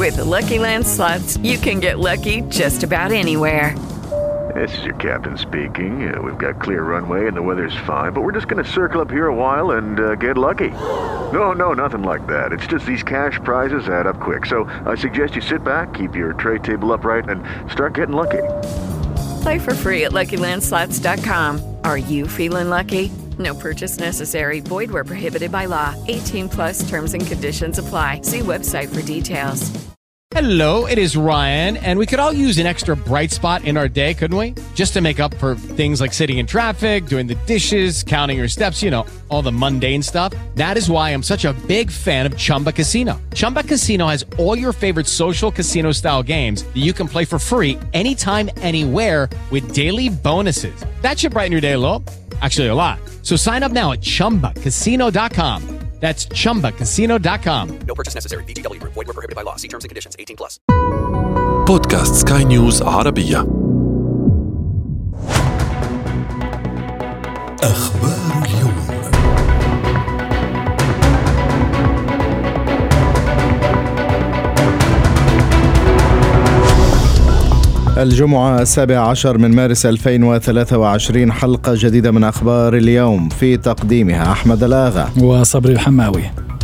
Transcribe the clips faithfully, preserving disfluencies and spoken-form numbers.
With the Lucky Land Slots, you can get lucky just about anywhere. This is your captain speaking. Uh, we've got clear runway and the weather's fine, but we're just going to circle up here a while and uh, get lucky. No, no, nothing like that. It's just these cash prizes add up quick. So I suggest you sit back, keep your tray table upright, and start getting lucky. Play for free at Lucky Land Slots dot com. Are you feeling lucky? No purchase necessary. Void where prohibited by law. eighteen plus terms and conditions apply. See website for details. Hello, it is Ryan, and we could all use an extra bright spot in our day, couldn't we? Just to make up for things like sitting in traffic, doing the dishes, counting your steps, you know, all the mundane stuff. That is why I'm such a big fan of Chumba Casino. Chumba Casino has all your favorite social casino-style games that you can play for free anytime, anywhere with daily bonuses. That should brighten your day a little. Actually, a lot. So sign up now at chumba casino dot com. That's chumba casino dot com. No purchase necessary. V G W Group. Void where prohibited by law. See terms and conditions. eighteen plus. بودكاست سكاي نيوز عربية. أخبار اليوم. الجمعة السابع عشر من مارس ألفين وثلاثة وعشرين، حلقة جديدة من أخبار اليوم، في تقديمها أحمد الآغا وصبري الحماوي.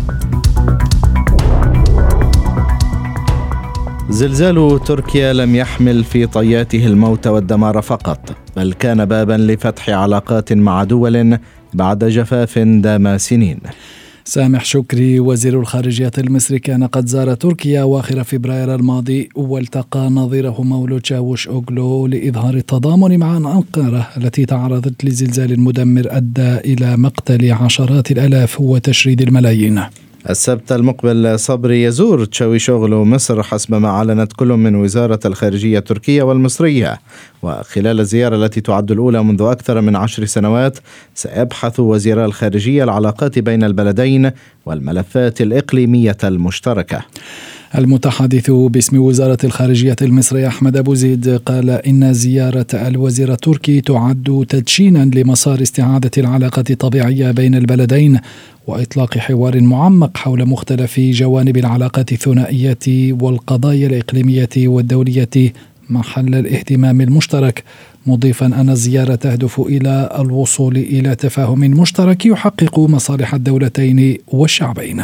زلزال تركيا لم يحمل في طياته الموت والدمار فقط، بل كان بابا لفتح علاقات مع دول بعد جفاف دام سنين. سامح شكري وزير الخارجية المصري كان قد زار تركيا أواخر فبراير الماضي، والتقى نظيره مولود چاوش أوغلو لإظهار التضامن مع أنقرة التي تعرضت لزلزال مدمر أدى إلى مقتل عشرات الآلاف وتشريد الملايين. السبت المقبل صبري يزور تشاويشوغلو مصر حسب ما أعلنت كل من وزارة الخارجية التركية والمصرية، وخلال الزيارة التي تعد الأولى منذ أكثر من عشر سنوات سيبحث وزيرا الخارجية العلاقات بين البلدين والملفات الإقليمية المشتركة. المتحدث باسم وزارة الخارجية المصرية أحمد أبو زيد قال إن زيارة الوزير التركي تعد تدشينا لمسار استعادة العلاقات الطبيعية بين البلدين وإطلاق حوار معمق حول مختلف جوانب العلاقات الثنائية والقضايا الإقليمية والدولية محل الاهتمام المشترك، مضيفا أن الزيارة تهدف إلى الوصول إلى تفاهم مشترك يحقق مصالح الدولتين والشعبين.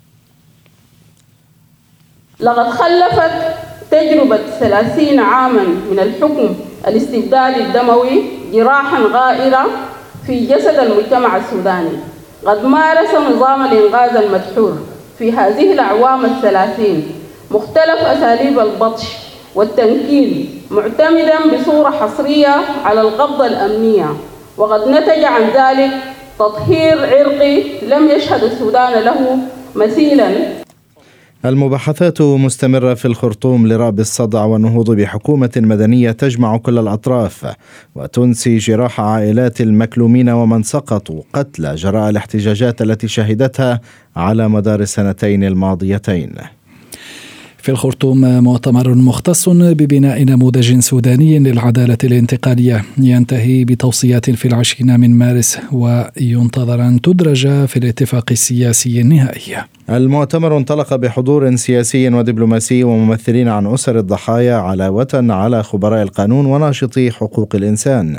لقد خلفت تجربة ثلاثين عاما من الحكم الاستبدادي الدموي جراحا غائرة في جسد المجتمع السوداني. قد مارس نظام الإنقاذ المدحور في هذه الأعوام الثلاثين مختلف أساليب البطش والتنكيل، معتمدا بصورة حصرية على القبضة الأمنية، وقد نتج عن ذلك تطهير عرقي لم يشهد السودان له مثيلا. المباحثات مستمرة في الخرطوم لرأب الصدع والنهوض بحكومة مدنية تجمع كل الأطراف وتنسي جراح عائلات المكلومين ومن سقطوا قتلى جراء الاحتجاجات التي شهدتها على مدار السنتين الماضيتين. في الخرطوم مؤتمر مختص ببناء نموذج سوداني للعدالة الانتقالية ينتهي بتوصيات في العشرين من مارس، وينتظر أن تدرج في الاتفاق السياسي النهائي. المؤتمر انطلق بحضور سياسي ودبلوماسي وممثلين عن أسر الضحايا علاوة على خبراء القانون وناشطي حقوق الإنسان.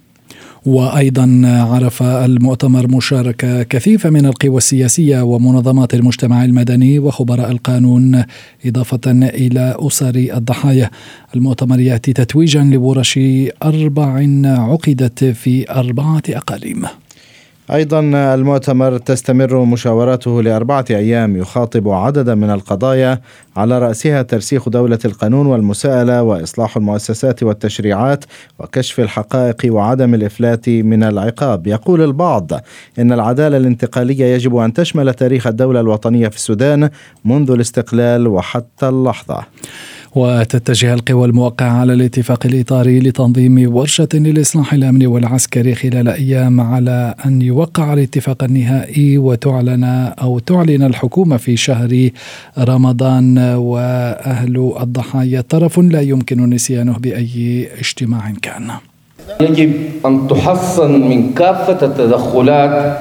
وأيضا عرف المؤتمر مشاركة كثيفة من القوى السياسية ومنظمات المجتمع المدني وخبراء القانون إضافة إلى أسر الضحايا. المؤتمر يأتي تتويجا لورش أربع عقدت في أربعة أقاليم. أيضا المؤتمر تستمر مشاوراته لأربعة أيام يخاطب عددا من القضايا على رأسها ترسيخ دولة القانون والمساءلة وإصلاح المؤسسات والتشريعات وكشف الحقائق وعدم الإفلات من العقاب. يقول البعض إن العدالة الانتقالية يجب أن تشمل تاريخ الدولة الوطنية في السودان منذ الاستقلال وحتى اللحظة. وتتجه القوى الموقعة على الاتفاق الإطاري لتنظيم ورشة للإصلاح الأمني والعسكري خلال أيام على أن يوقع الاتفاق النهائي وتعلن أو تعلن الحكومة في شهر رمضان. وأهل الضحايا طرف لا يمكن نسيانه بأي اجتماع كان. يجب أن تحصن من كافة التدخلات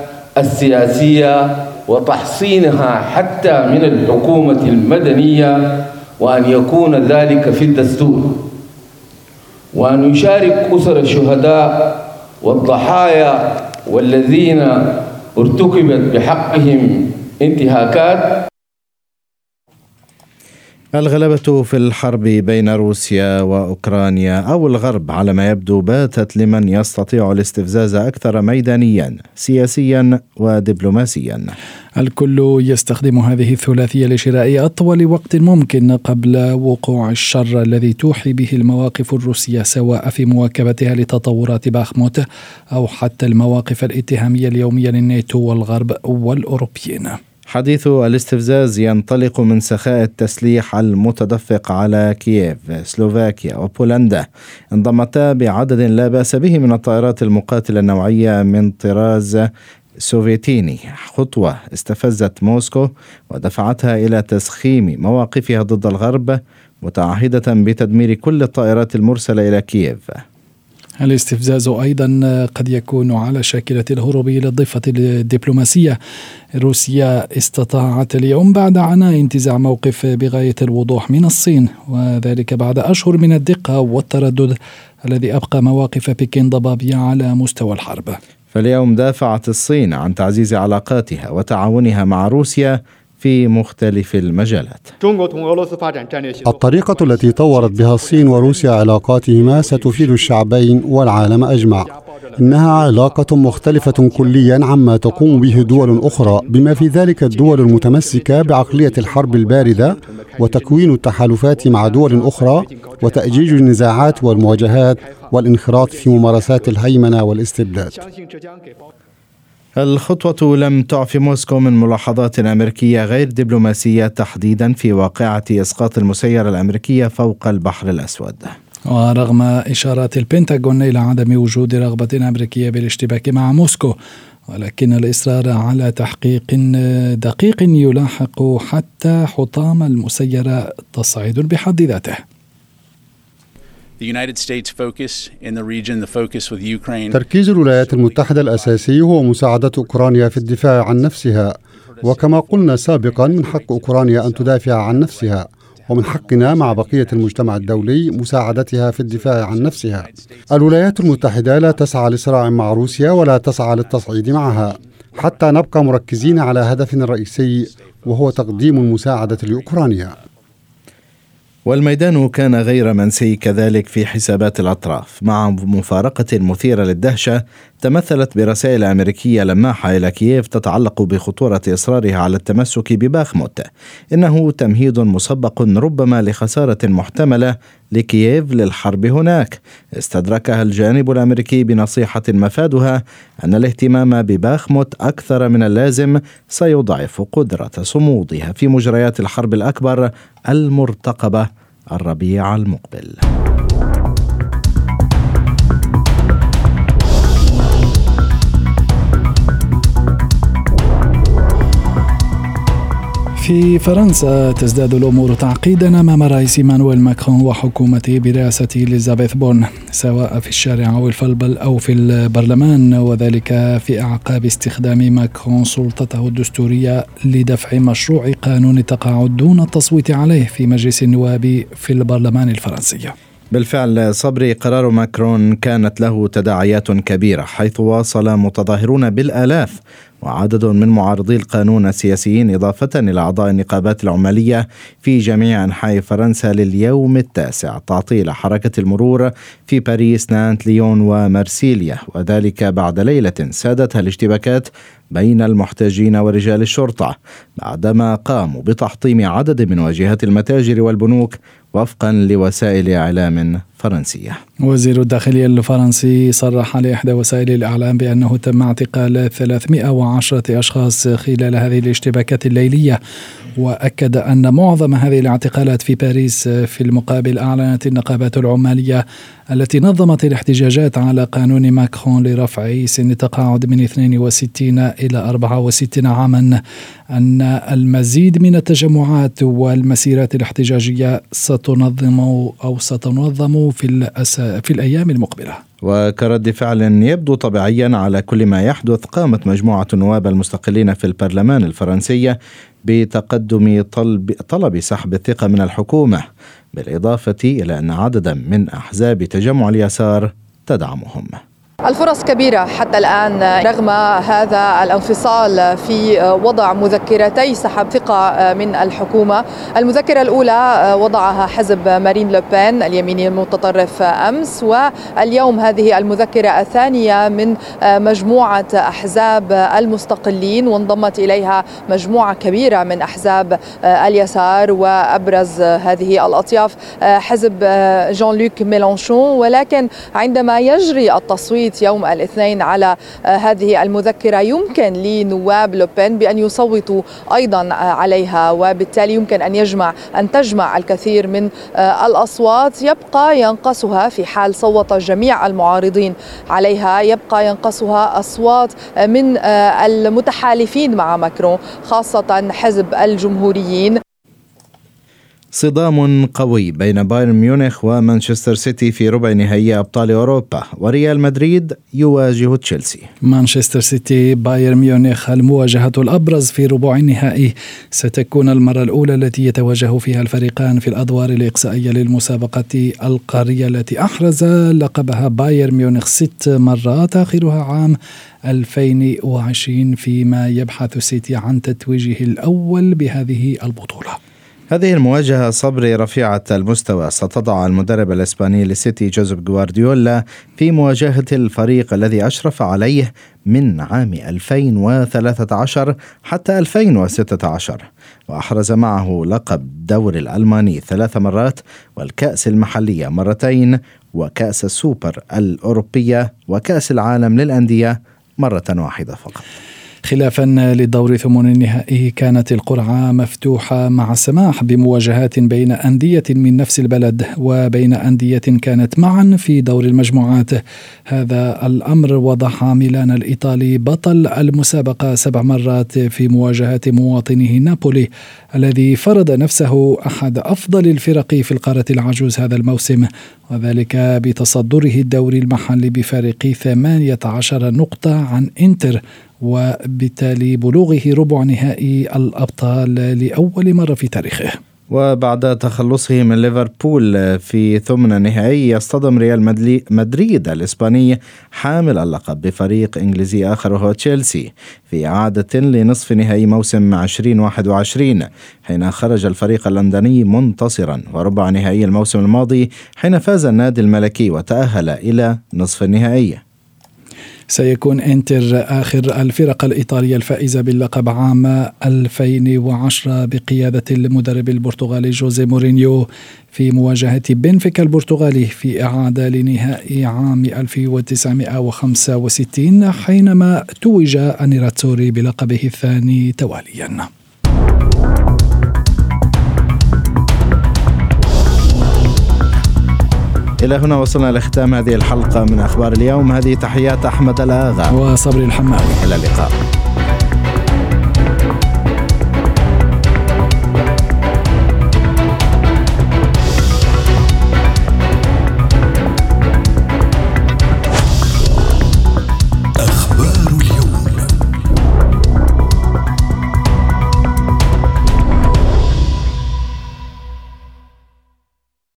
السياسية وتحصينها حتى من الحكومة المدنية وأن يكون ذلك في الدستور، وأن يشارك أسر الشهداء والضحايا والذين ارتكبت بحقهم انتهاكات. الغلبة في الحرب بين روسيا وأوكرانيا أو الغرب على ما يبدو باتت لمن يستطيع الاستفزاز أكثر ميدانيا سياسيا ودبلوماسيا. الكل يستخدم هذه الثلاثية لشراء أطول وقت ممكن قبل وقوع الشر الذي توحي به المواقف الروسية، سواء في مواكبتها لتطورات باخموت أو حتى المواقف الاتهامية اليومية للناتو والغرب والأوروبيين. حديث الاستفزاز ينطلق من سخاء التسليح المتدفق على كييف. سلوفاكيا وبولندا انضمتا بعدد لا بأس به من الطائرات المقاتلة النوعية من طراز سوفيتيني، خطوة استفزت موسكو ودفعتها إلى تسخيم مواقفها ضد الغرب، متعهدة بتدمير كل الطائرات المرسلة إلى كييف. الاستفزاز أيضا قد يكون على شاكلة الهروب إلى الضفة الدبلوماسية. روسيا استطاعت اليوم بعد عناء انتزاع موقف بغاية الوضوح من الصين، وذلك بعد أشهر من الدقة والتردد الذي أبقى مواقف بكين ضبابية على مستوى الحرب. فاليوم دافعت الصين عن تعزيز علاقاتها وتعاونها مع روسيا في مختلف المجالات. الطريقة التي طورت بها الصين وروسيا علاقاتهما ستفيد الشعبين والعالم أجمع. إنها علاقة مختلفة كليا عما تقوم به دول أخرى، بما في ذلك الدول المتمسكة بعقلية الحرب الباردة وتكوين التحالفات مع دول أخرى وتأجيج النزاعات والمواجهات والانخراط في ممارسات الهيمنة والاستبداد. الخطوة لم تعف موسكو من ملاحظات أمريكية غير دبلوماسية، تحديدا في واقعة إسقاط المسيرة الأمريكية فوق البحر الأسود. ورغم إشارات البنتاغون إلى عدم وجود رغبة أمريكية بالاشتباك مع موسكو، ولكن الإصرار على تحقيق دقيق يلاحق حتى حطام المسيرة تصعيد بحد ذاته. تركيز الولايات المتحدة الأساسي هو مساعدة أوكرانيا في الدفاع عن نفسها، وكما قلنا سابقا من حق أوكرانيا أن تدافع عن نفسها، ومن حقنا مع بقية المجتمع الدولي مساعدتها في الدفاع عن نفسها. الولايات المتحدة لا تسعى لصراع مع روسيا ولا تسعى للتصعيد معها، حتى نبقى مركزين على هدفنا الرئيسي وهو تقديم المساعدة لأوكرانيا. والميدان كان غير منسي كذلك في حسابات الأطراف، مع مفارقة مثيرة للدهشة تمثلت برسائل أمريكية لماحة إلى كييف تتعلق بخطورة إصرارها على التمسك بباخموت. إنه تمهيد مسبق ربما لخسارة محتملة لكييف للحرب هناك. استدركها الجانب الأمريكي بنصيحة مفادها أن الاهتمام بباخموت أكثر من اللازم سيضعف قدرة صمودها في مجريات الحرب الأكبر المرتقبة الربيع المقبل. في فرنسا تزداد الأمور تعقيدا أمام رئيس مانويل ماكرون وحكومته برئاسة إليزابيث بورن، سواء في الشارع أو الفلبل أو في البرلمان، وذلك في أعقاب استخدام ماكرون سلطته الدستورية لدفع مشروع قانون التقاعد دون التصويت عليه في مجلس النواب في البرلمان الفرنسي. بالفعل صبري، قرار ماكرون كانت له تداعيات كبيرة، حيث واصل متظاهرون بالآلاف وعدد من معارضي القانون السياسيين إضافة إلى أعضاء النقابات العمالية في جميع أنحاء فرنسا لليوم التاسع تعطيل حركة المرور في باريس، نانت، ليون ومارسيليا، وذلك بعد ليلة سادتها الاشتباكات بين المحتجين ورجال الشرطة بعدما قاموا بتحطيم عدد من واجهات المتاجر والبنوك وفقا لوسائل إعلام فرنسية. وزير الداخلية الفرنسي صرح لإحدى وسائل الإعلام بأنه تم اعتقال ثلاثمائة وعشرة أشخاص خلال هذه الاشتباكات الليلية، وأكد أن معظم هذه الاعتقالات في باريس. في المقابل أعلنت النقابات العمالية التي نظمت الاحتجاجات على قانون ماكرون لرفع سن التقاعد من اثنين وستين إلى أربعة وستين عاما أن المزيد من التجمعات والمسيرات الاحتجاجية ستنظم أو ستنظم في, في الأيام المقبلة. وكرد فعل يبدو طبيعيا على كل ما يحدث، قامت مجموعة النواب المستقلين في البرلمان الفرنسي بتقدم طلب, طلب سحب الثقة من الحكومة، بالإضافة إلى أن عددا من أحزاب تجمع اليسار تدعمهم. الفرص كبيرة حتى الآن رغم هذا الانفصال في وضع مذكرتي سحب ثقة من الحكومة. المذكرة الأولى وضعها حزب مارين لوبين اليميني المتطرف أمس، واليوم هذه المذكرة الثانية من مجموعة أحزاب المستقلين، وانضمت إليها مجموعة كبيرة من أحزاب اليسار، وأبرز هذه الأطياف حزب جان لوك ميلانشون. ولكن عندما يجري التصويت يوم الاثنين على هذه المذكرة يمكن لنواب لوبين بأن يصوتوا أيضا عليها، وبالتالي يمكن أن يجمع أن تجمع الكثير من الأصوات. يبقى ينقصها في حال صوت جميع المعارضين عليها، يبقى ينقصها أصوات من المتحالفين مع ماكرون، خاصة حزب الجمهوريين. صدام قوي بين بايرن ميونخ ومانشستر سيتي في ربع نهائي أبطال أوروبا، وريال مدريد يواجه تشيلسي. مانشستر سيتي بايرن ميونخ، المواجهة الأبرز في ربع النهائي ستكون المرة الأولى التي يتواجه فيها الفريقان في الأدوار الإقصائية للمسابقة القارية التي أحرز لقبها بايرن ميونخ ست مرات، آخرها عام ألفين وعشرين، فيما يبحث سيتي عن تتويجه الأول بهذه البطولة. هذه المواجهة صبري رفيعة المستوى ستضع المدرب الإسباني لسيتي جوزيب غوارديولا في مواجهة الفريق الذي أشرف عليه من عام ألفين وثلاثة عشر حتى ألفين وستة عشر، وأحرز معه لقب دوري الألماني ثلاث مرات، والكأس المحلية مرتين، وكأس السوبر الأوروبية، وكأس العالم للأندية مرة واحدة فقط. خلافا للدور ثمن النهائي، كانت القرعة مفتوحة مع السماح بمواجهات بين أندية من نفس البلد وبين أندية كانت معا في دور المجموعات. هذا الأمر وضع ميلان الإيطالي بطل المسابقة سبع مرات في مواجهة مواطنه نابولي الذي فرض نفسه أحد أفضل الفرق في القارة العجوز هذا الموسم، وذلك بتصدره الدوري المحلي بفارق ثمانية عشر نقطة عن إنتر، وبالتالي بلوغه ربع نهائي الأبطال لأول مرة في تاريخه. وبعد تخلصه من ليفربول في ثمن النهائي، يصطدم ريال مدريد الإسباني حامل اللقب بفريق إنجليزي آخر وهو تشيلسي في إعادة لنصف نهائي موسم عشرين واحد وعشرين، حين خرج الفريق اللندني منتصرا، وربع نهائي الموسم الماضي حين فاز النادي الملكي وتأهل إلى نصف النهائي. سيكون إنتر آخر الفرق الإيطالية الفائزة باللقب عام ألفين وعشرة بقيادة المدرب البرتغالي جوزيه مورينيو في مواجهة بنفيكا البرتغالي في إعادة لنهائي عام ألف وتسعمائة وخمسة وستين، حينما توج أنيراتسوري بلقبه الثاني تواليا. إلى هنا وصلنا لختام هذه الحلقة من أخبار اليوم. هذه تحيات أحمد الآغا وصبري الحماوي، إلى اللقاء.